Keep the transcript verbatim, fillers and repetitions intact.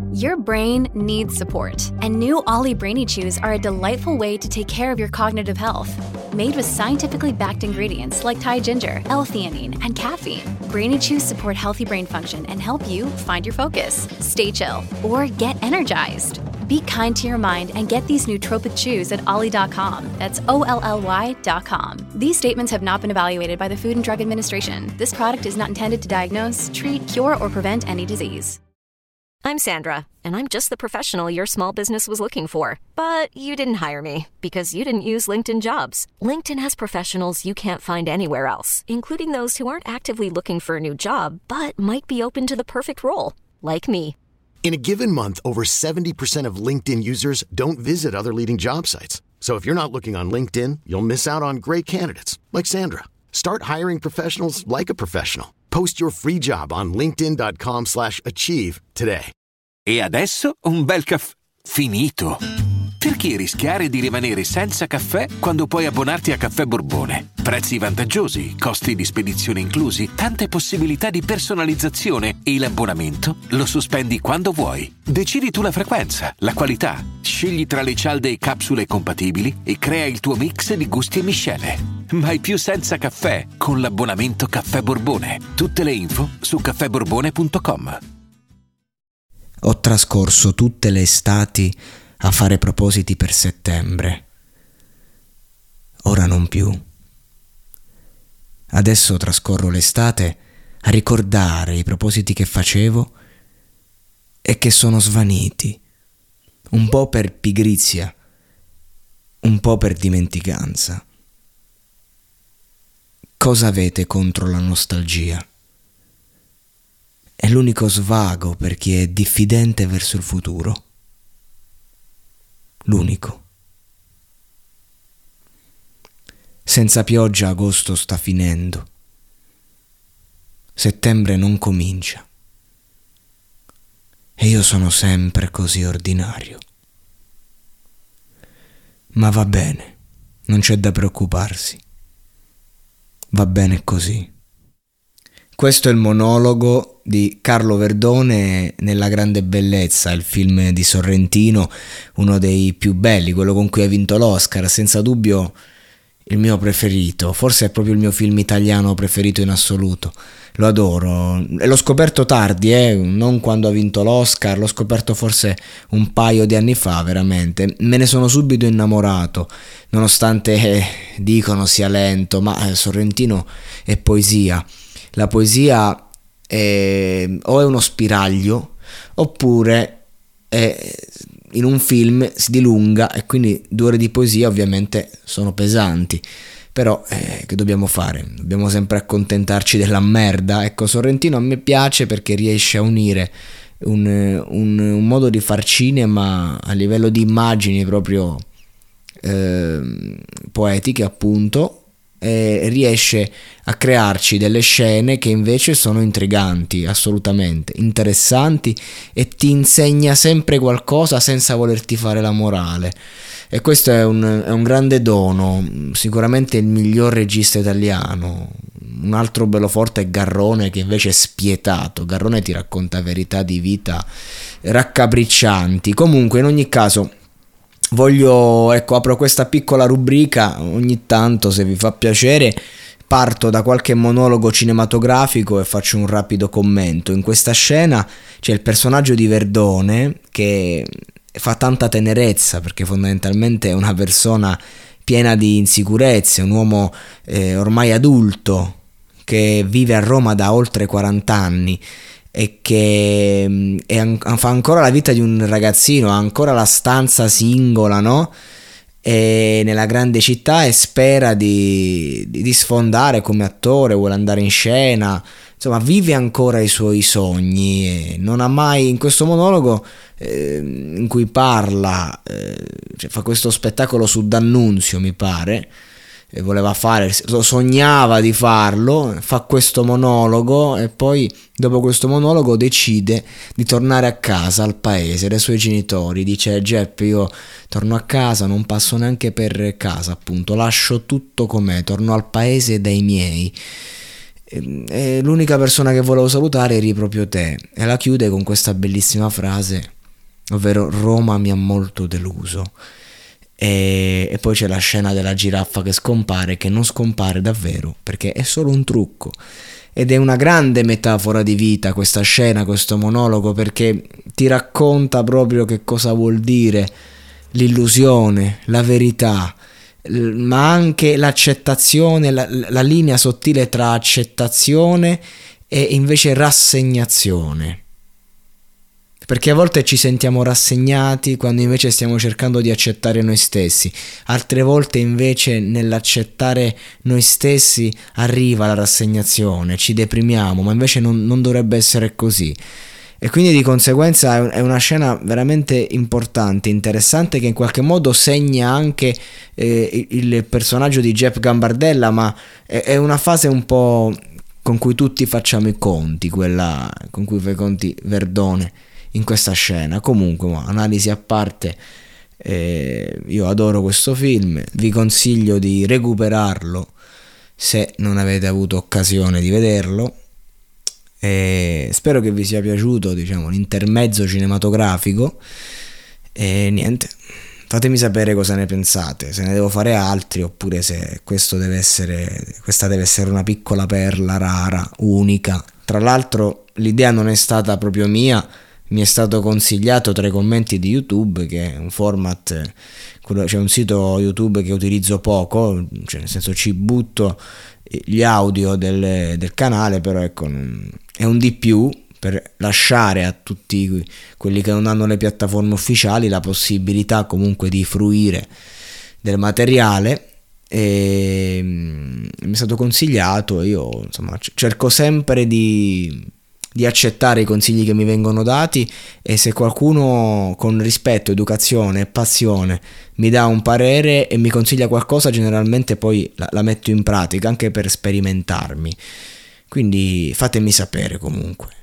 Your brain needs support, and new Ollie Brainy Chews are a delightful way to take care of your cognitive health. Made with scientifically backed ingredients like Thai ginger, L-theanine, and caffeine, Brainy Chews support healthy brain function and help you find your focus, stay chill, or get energized. Be kind to your mind and get these nootropic chews at ollie dot com. That's O L L Y dot com. These statements have not been evaluated by the Food and Drug Administration. This product is not intended to diagnose, treat, cure, or prevent any disease. I'm Sandra, and I'm just the professional your small business was looking for. But you didn't hire me because you didn't use LinkedIn Jobs. LinkedIn has professionals you can't find anywhere else, including those who aren't actively looking for a new job, but might be open to the perfect role, like me. In a given month, over seventy percent of LinkedIn users don't visit other leading job sites. So if you're not looking on LinkedIn, you'll miss out on great candidates like Sandra. Start hiring professionals like a professional. Post your free job on linkedin dot com slash achieve today. E adesso un bel caffè finito. Perché rischiare di rimanere senza caffè quando puoi abbonarti a Caffè Borbone? Prezzi vantaggiosi, costi di spedizione inclusi, tante possibilità di personalizzazione e l'abbonamento lo sospendi quando vuoi. Decidi tu la frequenza, la qualità, scegli tra le cialde e capsule compatibili e crea il tuo mix di gusti e miscele. Mai più senza caffè con l'abbonamento Caffè Borbone. Tutte le info su caffè borbone punto com. Ho trascorso tutte le estati a fare propositi per settembre. Ora non più. Adesso trascorro l'estate a ricordare i propositi che facevo e che sono svaniti, un po' per pigrizia, un po' per dimenticanza. Cosa avete contro la nostalgia? È l'unico svago per chi è diffidente verso il futuro. L'unico. Senza pioggia agosto sta finendo. Settembre non comincia. E io sono sempre così ordinario. Ma va bene, non c'è da preoccuparsi. Va bene così. Questo è il monologo di Carlo Verdone nella grande bellezza, il film di Sorrentino, uno dei più belli, quello con cui ha vinto l'Oscar, senza dubbio il mio preferito, forse è proprio il mio film italiano preferito in assoluto, lo adoro, e l'ho scoperto tardi, eh? Non quando ha vinto l'Oscar, l'ho scoperto forse un paio di anni fa, veramente, me ne sono subito innamorato, nonostante eh, dicono sia lento, ma eh, Sorrentino è poesia. La poesia è, o è uno spiraglio oppure è, in un film si dilunga e quindi due ore di poesia ovviamente sono pesanti, però eh, che dobbiamo fare? Dobbiamo sempre accontentarci della merda. Ecco, Sorrentino a me piace perché riesce a unire un, un, un modo di far cinema a livello di immagini proprio eh, poetiche, appunto, e riesce a crearci delle scene che invece sono intriganti, assolutamente interessanti, e ti insegna sempre qualcosa senza volerti fare la morale, e questo è un, è un grande dono, sicuramente il miglior regista italiano. Un altro bello forte è Garrone, che invece è spietato. Garrone ti racconta verità di vita raccapriccianti. Comunque, in ogni caso, voglio, ecco, apro questa piccola rubrica ogni tanto, se vi fa piacere, parto da qualche monologo cinematografico e faccio un rapido commento. In questa scena c'è il personaggio di Verdone che fa tanta tenerezza perché fondamentalmente è una persona piena di insicurezze, un uomo eh, ormai adulto che vive a Roma da oltre quaranta anni e che è an- fa ancora la vita di un ragazzino, ha ancora la stanza singola, no? E nella grande città, e spera di, di, di sfondare come attore, vuole andare in scena, insomma vive ancora i suoi sogni e non ha mai, in questo monologo eh, in cui parla, eh, cioè fa questo spettacolo su D'Annunzio mi pare, e voleva fare, sognava di farlo, fa questo monologo e poi dopo questo monologo decide di tornare a casa, al paese, dai suoi genitori. Dice: Geppi, io torno a casa, non passo neanche per casa, appunto, lascio tutto com'è, torno al paese dai miei, e l'unica persona che volevo salutare eri proprio te. E la chiude con questa bellissima frase: ovvero Roma mi ha molto deluso. E, e poi c'è la scena della giraffa che scompare, che non scompare davvero perché è solo un trucco, ed è una grande metafora di vita questa scena, questo monologo, perché ti racconta proprio che cosa vuol dire l'illusione, la verità, ma anche l'accettazione, la, la linea sottile tra accettazione e invece rassegnazione, perché a volte ci sentiamo rassegnati quando invece stiamo cercando di accettare noi stessi, altre volte invece nell'accettare noi stessi arriva la rassegnazione, ci deprimiamo, ma invece non, non dovrebbe essere così. E quindi di conseguenza è una scena veramente importante, interessante, che in qualche modo segna anche eh, il personaggio di Jeff Gambardella, ma è, è una fase un po' con cui tutti facciamo i conti, quella con cui fa i conti Verdone in questa scena. Comunque, analisi a parte, eh, io adoro questo film, vi consiglio di recuperarlo se non avete avuto occasione di vederlo, e spero che vi sia piaciuto, diciamo, l'intermezzo cinematografico. E niente, fatemi sapere cosa ne pensate, se ne devo fare altri oppure se questo deve essere questa deve essere una piccola perla rara, unica. Tra l'altro l'idea non è stata proprio mia, mi è stato consigliato tra i commenti di YouTube, che è un format, c'è un sito YouTube che utilizzo poco, cioè nel senso ci butto gli audio del, del canale, però ecco, è un di più per lasciare a tutti quelli che non hanno le piattaforme ufficiali la possibilità comunque di fruire del materiale. E mi è stato consigliato, io insomma cerco sempre di di accettare i consigli che mi vengono dati, e se qualcuno con rispetto, educazione e passione mi dà un parere e mi consiglia qualcosa, generalmente poi la, la metto in pratica anche per sperimentarmi, quindi fatemi sapere comunque.